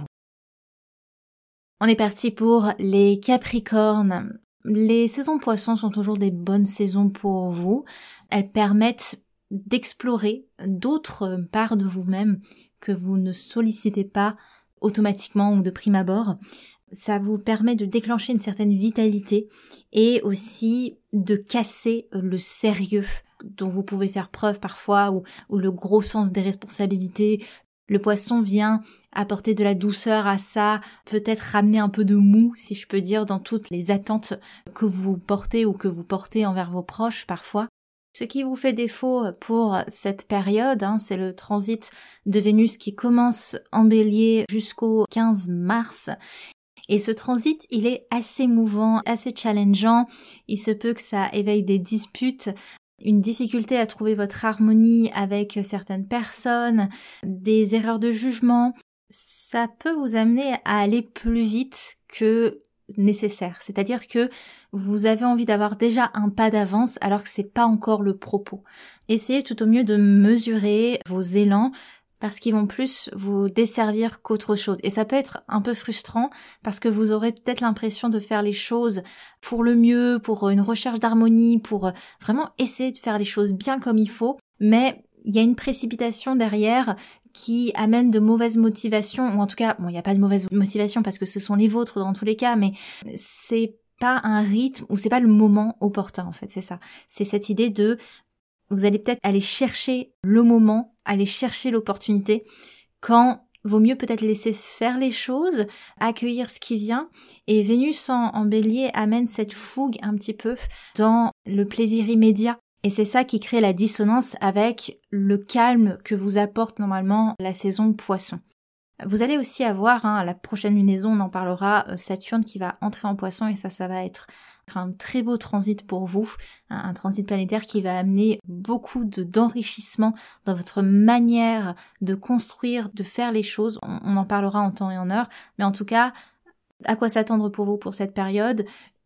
On est parti pour les Capricornes. Les saisons Poissons sont toujours des bonnes saisons pour vous. Elles permettent d'explorer d'autres parts de vous-même que vous ne sollicitez pas automatiquement ou de prime abord. Ça vous permet de déclencher une certaine vitalité et aussi de casser le sérieux dont vous pouvez faire preuve parfois ou, ou le gros sens des responsabilités. Le Poisson vient apporter de la douceur à ça, peut-être ramener un peu de mou, si je peux dire, dans toutes les attentes que vous portez ou que vous portez envers vos proches parfois. Ce qui vous fait défaut pour cette période, hein, c'est le transit de Vénus qui commence en Bélier jusqu'au quinze mars. Et ce transit, il est assez mouvant, assez challengeant. Il se peut que ça éveille des disputes, une difficulté à trouver votre harmonie avec certaines personnes, des erreurs de jugement. Ça peut vous amener à aller plus vite que nécessaire. C'est-à-dire que vous avez envie d'avoir déjà un pas d'avance alors que c'est pas encore le propos. Essayez tout au mieux de mesurer vos élans parce qu'ils vont plus vous desservir qu'autre chose. Et ça peut être un peu frustrant parce que vous aurez peut-être l'impression de faire les choses pour le mieux, pour une recherche d'harmonie, pour vraiment essayer de faire les choses bien comme il faut, mais il y a une précipitation derrière qui amène de mauvaises motivations, ou en tout cas, bon, il n'y a pas de mauvaise motivation parce que ce sont les vôtres dans tous les cas, mais c'est pas un rythme ou c'est pas le moment opportun en fait, c'est ça. C'est cette idée de, vous allez peut-être aller chercher le moment, aller chercher l'opportunité, quand vaut mieux peut-être laisser faire les choses, accueillir ce qui vient, et Vénus en, en Bélier amène cette fougue un petit peu dans le plaisir immédiat. Et c'est ça qui crée la dissonance avec le calme que vous apporte normalement la saison Poisson. Vous allez aussi avoir, hein, à la prochaine lunaison, on en parlera, Saturne qui va entrer en Poisson et ça, ça va être un très beau transit pour vous, un, un transit planétaire qui va amener beaucoup de, d'enrichissement dans votre manière de construire, de faire les choses. On, on en parlera en temps et en heure, mais en tout cas, à quoi s'attendre pour vous pour cette période ?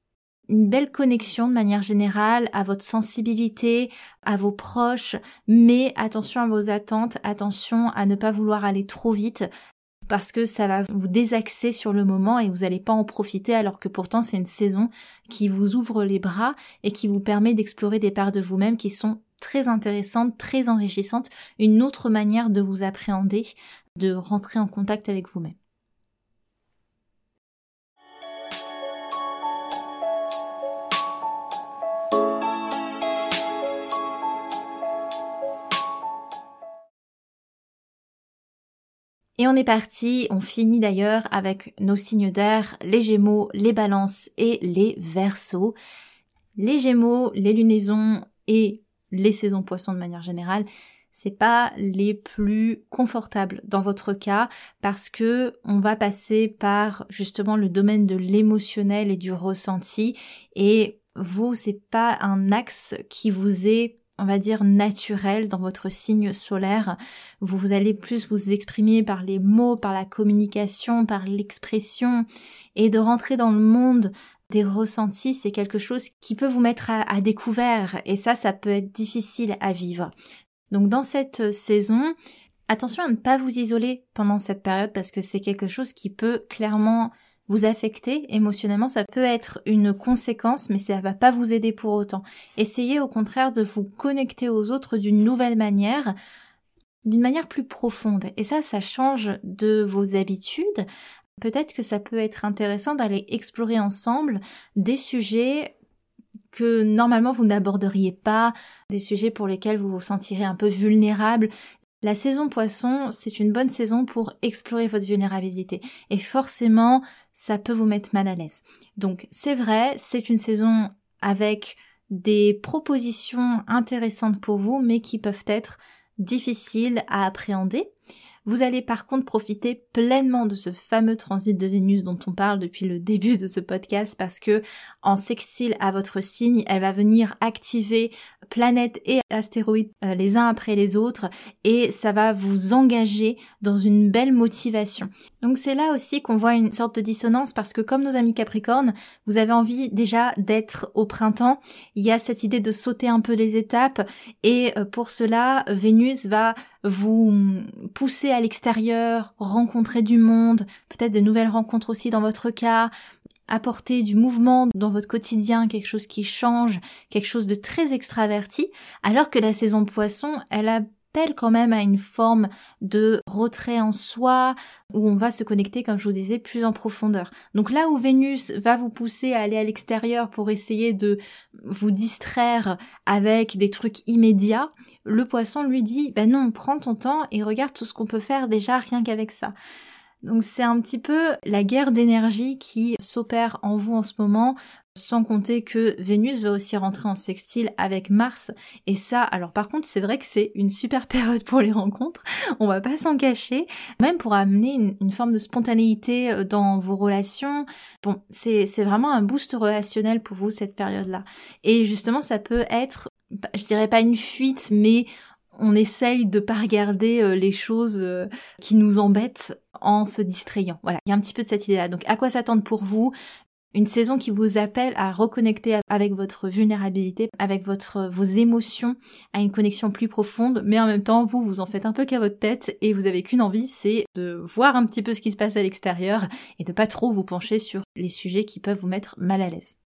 Une belle connexion de manière générale à votre sensibilité, à vos proches, mais attention à vos attentes, attention à ne pas vouloir aller trop vite parce que ça va vous désaxer sur le moment et vous n'allez pas en profiter alors que pourtant c'est une saison qui vous ouvre les bras et qui vous permet d'explorer des parts de vous-même qui sont très intéressantes, très enrichissantes, une autre manière de vous appréhender, de rentrer en contact avec vous-même. Et on est parti, on finit d'ailleurs avec nos signes d'air, les Gémeaux, les Balances et les Verseaux. Les Gémeaux, les lunaisons et les saisons Poissons de manière générale, c'est pas les plus confortables dans votre cas parce que on va passer par justement le domaine de l'émotionnel et du ressenti et vous, c'est pas un axe qui vous est, on va dire, naturel dans votre signe solaire. Vous, vous allez plus vous exprimer par les mots, par la communication, par l'expression et de rentrer dans le monde des ressentis, c'est quelque chose qui peut vous mettre à, à découvert et ça, ça peut être difficile à vivre. Donc dans cette saison, attention à ne pas vous isoler pendant cette période parce que c'est quelque chose qui peut clairement vous affecter émotionnellement. Ça peut être une conséquence, mais ça va pas vous aider pour autant. Essayez au contraire de vous connecter aux autres d'une nouvelle manière, d'une manière plus profonde. Et ça, ça change de vos habitudes. Peut-être que ça peut être intéressant d'aller explorer ensemble des sujets que normalement vous n'aborderiez pas, des sujets pour lesquels vous vous sentirez un peu vulnérable. La saison poisson, c'est une bonne saison pour explorer votre vulnérabilité. Et forcément, ça peut vous mettre mal à l'aise. Donc c'est vrai, c'est une saison avec des propositions intéressantes pour vous, mais qui peuvent être difficiles à appréhender. Vous allez par contre profiter pleinement de ce fameux transit de Vénus dont on parle depuis le début de ce podcast parce que en sextile à votre signe, elle va venir activer planètes et astéroïdes euh, les uns après les autres et ça va vous engager dans une belle motivation. Donc c'est là aussi qu'on voit une sorte de dissonance parce que comme nos amis Capricornes, vous avez envie déjà d'être au printemps, il y a cette idée de sauter un peu les étapes et euh, pour cela, Vénus va vous pousser à l'extérieur, rencontrer du monde, peut-être de nouvelles rencontres aussi dans votre cas, apporter du mouvement dans votre quotidien, quelque chose qui change, quelque chose de très extraverti, alors que la saison poisson, elle appelle quand même à une forme de retrait en soi, où on va se connecter, comme je vous disais, plus en profondeur. Donc là où Vénus va vous pousser à aller à l'extérieur pour essayer de vous distraire avec des trucs immédiats, le poisson lui dit, ben non, prends ton temps et regarde tout ce qu'on peut faire déjà rien qu'avec ça. Donc c'est un petit peu la guerre d'énergie qui s'opère en vous en ce moment, sans compter que Vénus va aussi rentrer en sextile avec Mars. Et ça, alors par contre, c'est vrai que c'est une super période pour les rencontres, on va pas s'en cacher, même pour amener une, une forme de spontanéité dans vos relations. Bon, c'est, c'est vraiment un boost relationnel pour vous cette période-là. Et justement, ça peut être, je dirais pas une fuite, mais on essaye de pas regarder les choses qui nous embêtent en se distrayant. Voilà, il y a un petit peu de cette idée-là. Donc, à quoi s'attendre pour vous ? Une saison qui vous appelle à reconnecter avec votre vulnérabilité, avec votre vos émotions, à une connexion plus profonde, mais en même temps, vous, vous en faites un peu qu'à votre tête et vous avez qu'une envie, c'est de voir un petit peu ce qui se passe à l'extérieur et de pas trop vous pencher sur les sujets qui peuvent vous mettre mal à l'aise.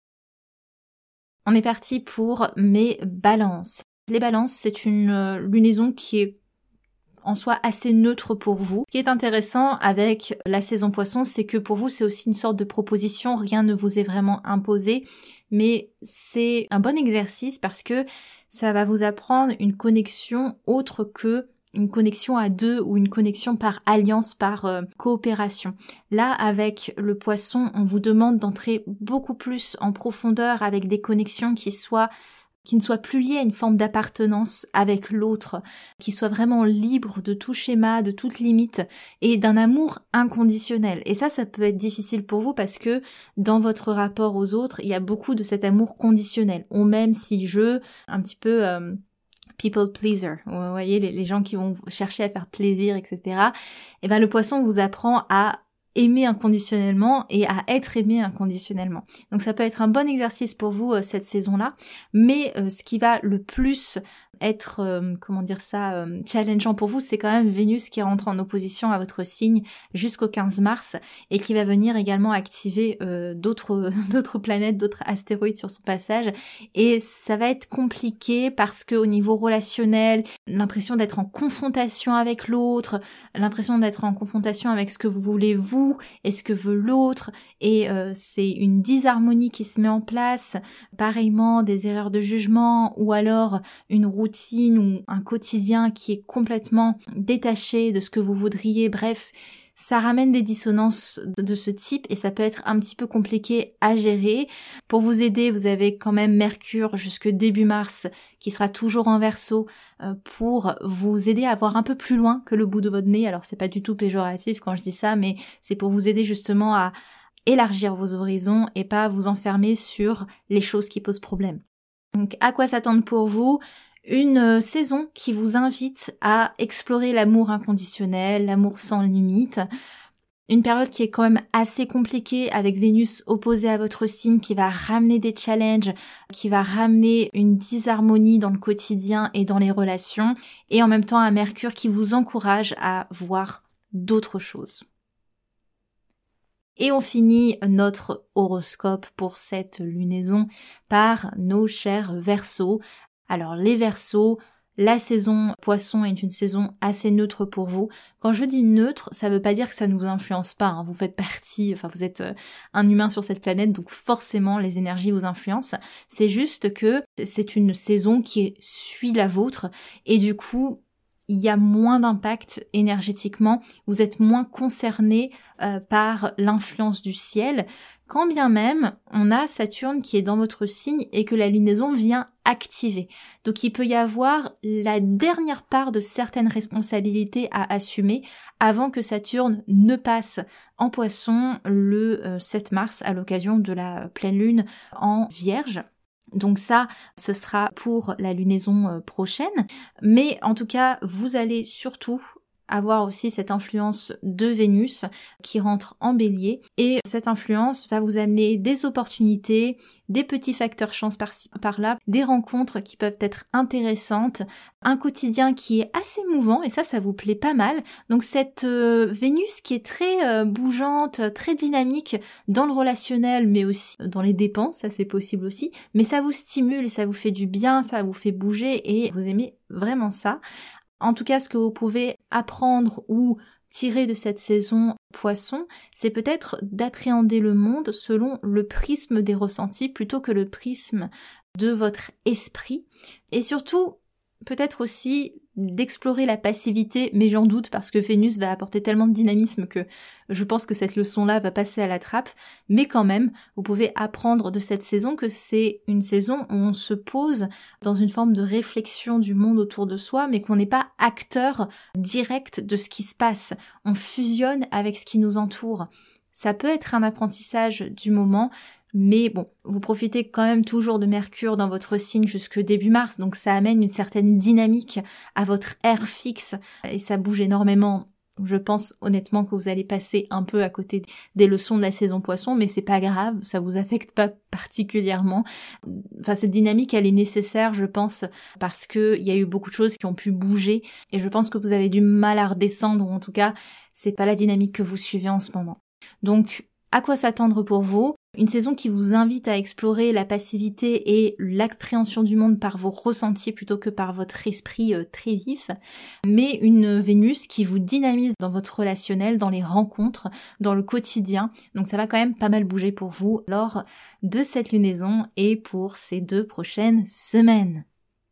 On est parti pour mes balances. Les balances, c'est une euh, lunaison qui est en soi assez neutre pour vous. Ce qui est intéressant avec la saison poisson, c'est que pour vous, c'est aussi une sorte de proposition, rien ne vous est vraiment imposé, mais c'est un bon exercice parce que ça va vous apprendre une connexion autre que une connexion à deux ou une connexion par alliance, par euh, coopération. Là, avec le poisson, on vous demande d'entrer beaucoup plus en profondeur avec des connexions qui soient qui ne soit plus lié à une forme d'appartenance avec l'autre, qui soit vraiment libre de tout schéma, de toute limite, et d'un amour inconditionnel. Et ça, ça peut être difficile pour vous parce que dans votre rapport aux autres, il y a beaucoup de cet amour conditionnel. Ou même si je, un petit peu... Euh, people pleaser, vous voyez, les, les gens qui vont chercher à faire plaisir, et cetera. Et ben le poisson vous apprend à aimer inconditionnellement et à être aimé inconditionnellement. Donc ça peut être un bon exercice pour vous euh, cette saison-là, mais euh, ce qui va le plus être, euh, comment dire ça, euh, challengeant pour vous, c'est quand même Vénus qui rentre en opposition à votre signe jusqu'au quinze mars et qui va venir également activer euh, d'autres d'autres planètes, d'autres astéroïdes sur son passage. Et ça va être compliqué parce que au niveau relationnel, l'impression d'être en confrontation avec l'autre, l'impression d'être en confrontation avec ce que vous voulez vous et ce que veut l'autre, et euh, c'est une disharmonie qui se met en place, pareillement des erreurs de jugement ou alors une routine ou un quotidien qui est complètement détaché de ce que vous voudriez. Bref, ça ramène des dissonances de ce type et ça peut être un petit peu compliqué à gérer. Pour vous aider, vous avez quand même Mercure jusque début mars qui sera toujours en Verseau euh, pour vous aider à voir un peu plus loin que le bout de votre nez. Alors c'est pas du tout péjoratif quand je dis ça, mais c'est pour vous aider justement à élargir vos horizons et pas vous enfermer sur les choses qui posent problème. Donc à quoi s'attendre pour vous ? Une saison qui vous invite à explorer l'amour inconditionnel, l'amour sans limite. Une période qui est quand même assez compliquée avec Vénus opposée à votre signe qui va ramener des challenges, qui va ramener une disharmonie dans le quotidien et dans les relations, et en même temps un Mercure qui vous encourage à voir d'autres choses. Et on finit notre horoscope pour cette lunaison par nos chers Verseaux. Alors les Verseaux, la saison Poisson est une saison assez neutre pour vous. Quand je dis neutre, ça veut pas dire que ça ne vous influence pas, hein. Vous faites partie, enfin vous êtes un humain sur cette planète, donc forcément les énergies vous influencent. C'est juste que c'est une saison qui suit la vôtre et du coup, il y a moins d'impact énergétiquement, vous êtes moins concerné euh, par l'influence du ciel, quand bien même on a Saturne qui est dans votre signe et que la lunaison vient activer. Donc il peut y avoir la dernière part de certaines responsabilités à assumer avant que Saturne ne passe en Poisson le euh, sept mars à l'occasion de la pleine lune en Vierge. Donc ça, ce sera pour la lunaison prochaine. Mais en tout cas, vous allez surtout avoir aussi cette influence de Vénus qui rentre en Bélier. Et cette influence va vous amener des opportunités, des petits facteurs chance par-ci, par-là, des rencontres qui peuvent être intéressantes, un quotidien qui est assez mouvant, et ça, ça vous plaît pas mal. Donc cette euh, Vénus qui est très euh, bougeante, très dynamique dans le relationnel, mais aussi dans les dépenses, ça c'est possible aussi, mais ça vous stimule et ça vous fait du bien, ça vous fait bouger et vous aimez vraiment ça. En tout cas, ce que vous pouvez apprendre ou tirer de cette saison Poisson, c'est peut-être d'appréhender le monde selon le prisme des ressentis plutôt que le prisme de votre esprit. Et surtout, peut-être aussi d'explorer la passivité, mais j'en doute parce que Vénus va apporter tellement de dynamisme que je pense que cette leçon-là va passer à la trappe. Mais quand même, vous pouvez apprendre de cette saison que c'est une saison où on se pose dans une forme de réflexion du monde autour de soi, mais qu'on n'est pas acteur direct de ce qui se passe. On fusionne avec ce qui nous entoure. Ça peut être un apprentissage du moment, mais bon, vous profitez quand même toujours de Mercure dans votre signe jusque début mars, donc ça amène une certaine dynamique à votre air fixe et ça bouge énormément. Je pense honnêtement que vous allez passer un peu à côté des leçons de la saison Poisson, mais c'est pas grave, ça vous affecte pas particulièrement. Enfin, cette dynamique, elle est nécessaire, je pense, parce que il y a eu beaucoup de choses qui ont pu bouger et je pense que vous avez du mal à redescendre, ou en tout cas, c'est pas la dynamique que vous suivez en ce moment. Donc, à quoi s'attendre pour vous ? Une saison qui vous invite à explorer la passivité et l'appréhension du monde par vos ressentis plutôt que par votre esprit euh, très vif, mais une Vénus qui vous dynamise dans votre relationnel, dans les rencontres, dans le quotidien. Donc ça va quand même pas mal bouger pour vous lors de cette lunaison et pour ces deux prochaines semaines.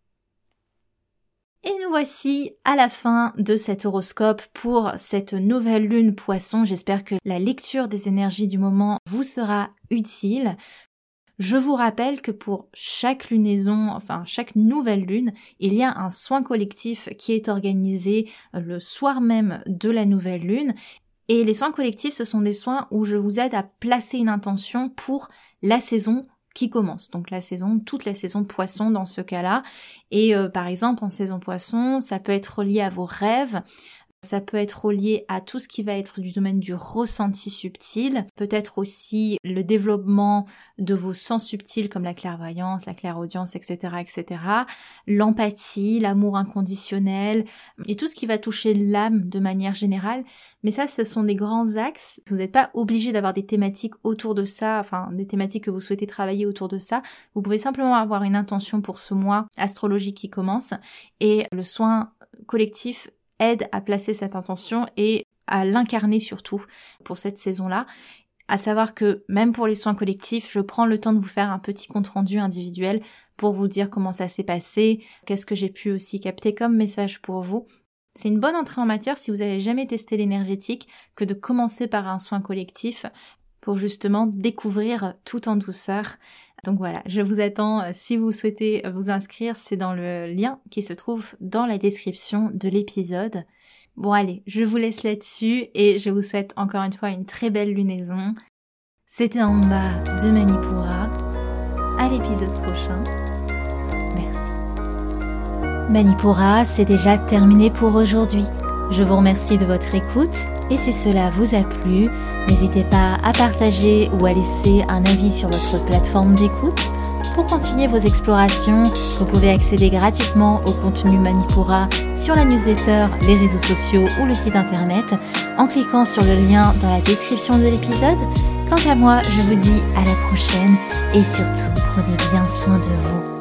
Et nous voici à la fin de cet horoscope pour cette nouvelle lune Poisson. J'espère que la lecture des énergies du moment vous sera utile. Je vous rappelle que pour chaque lunaison, enfin chaque nouvelle lune, il y a un soin collectif qui est organisé le soir même de la nouvelle lune. Et les soins collectifs, ce sont des soins où je vous aide à placer une intention pour la saison qui commence, donc la saison, toute la saison Poisson dans ce cas-là. Et euh, par exemple, en saison Poisson, ça peut être relié à vos rêves, ça peut être relié à tout ce qui va être du domaine du ressenti subtil, peut-être aussi le développement de vos sens subtils comme la clairvoyance, la clairaudience, et cetera, et cetera, l'empathie, l'amour inconditionnel et tout ce qui va toucher l'âme de manière générale. Mais ça, ce sont des grands axes. Vous n'êtes pas obligé d'avoir des thématiques autour de ça, enfin des thématiques que vous souhaitez travailler autour de ça. Vous pouvez simplement avoir une intention pour ce mois astrologique qui commence et le soin collectif aide à placer cette intention et à l'incarner surtout pour cette saison-là. À savoir que même pour les soins collectifs, je prends le temps de vous faire un petit compte-rendu individuel pour vous dire comment ça s'est passé, qu'est-ce que j'ai pu aussi capter comme message pour vous. C'est une bonne entrée en matière si vous n'avez jamais testé l'énergétique que de commencer par un soin collectif pour justement découvrir tout en douceur. Donc voilà, je vous attends. Si vous souhaitez vous inscrire, c'est dans le lien qui se trouve dans la description de l'épisode. Bon allez, je vous laisse là-dessus et je vous souhaite encore une fois une très belle lunaison. C'était en bas de Manipura. À l'épisode prochain. Merci. Manipura, c'est déjà terminé pour aujourd'hui. Je vous remercie de votre écoute et si cela vous a plu, n'hésitez pas à partager ou à laisser un avis sur votre plateforme d'écoute. Pour continuer vos explorations, vous pouvez accéder gratuitement au contenu Manipura sur la newsletter, les réseaux sociaux ou le site internet en cliquant sur le lien dans la description de l'épisode. Quant à moi, je vous dis à la prochaine et surtout, prenez bien soin de vous.